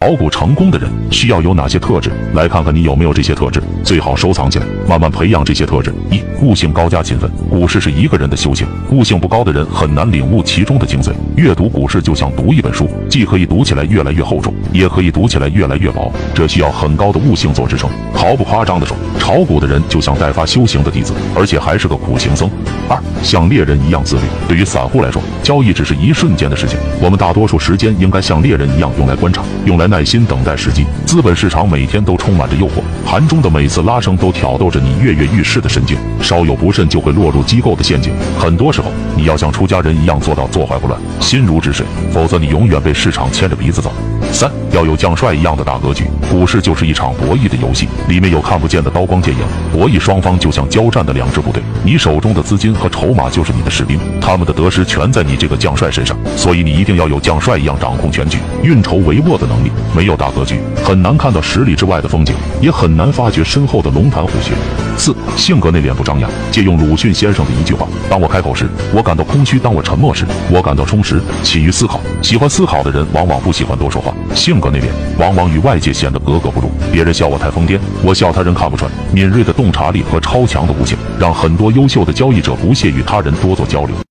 炒股成功的人需要有哪些特质？来看看你有没有这些特质，最好收藏起来，慢慢培养这些特质。一、悟性高加勤奋。股市是一个人的修行，悟性不高的人很难领悟其中的精髓。阅读股市就像读一本书，既可以读起来越来越厚重，也可以读起来越来越薄，这需要很高的悟性做支撑。毫不夸张地说，炒股的人就像代发修行的弟子，而且还是个苦行僧。二、像猎人一样自律。对于散户来说，交易只是一瞬间的事情，我们大多数时间应该像猎人一样用来观察，用来耐心等待时机。资本市场每天都充满着诱惑，盘中的每次拉升都挑逗着你跃跃欲试的神经，稍有不慎就会落入机构的陷阱。很多时候，你要像出家人一样做到坐怀不乱，心如止水，否则你永远被市场牵着鼻子走。三、要有将帅一样的大格局。股市就是一场博弈的游戏，里面有看不见的刀光剑影，博弈双方就像交战的两支部队，你手中的资金和筹码就是你的士兵，他们的得失全在你这个将帅身上，所以你一定要有将帅一样掌控全局、运筹帷幄的能力。没有大格局，很难看到10里之外的风景，也很难发掘身后的龙潭虎穴。四、性格内敛不张扬。借用鲁迅先生的一句话：当我开口时，我感到空虚；当我沉默时，我感到充实。起于思考，喜欢思考的人往往不喜欢多说话，性格内敛，往往与外界显得格格不入。别人笑我太疯癫，我笑他人看不穿。敏锐的洞察力和超强的悟性，让很多优秀的交易者不屑与他人多做交流。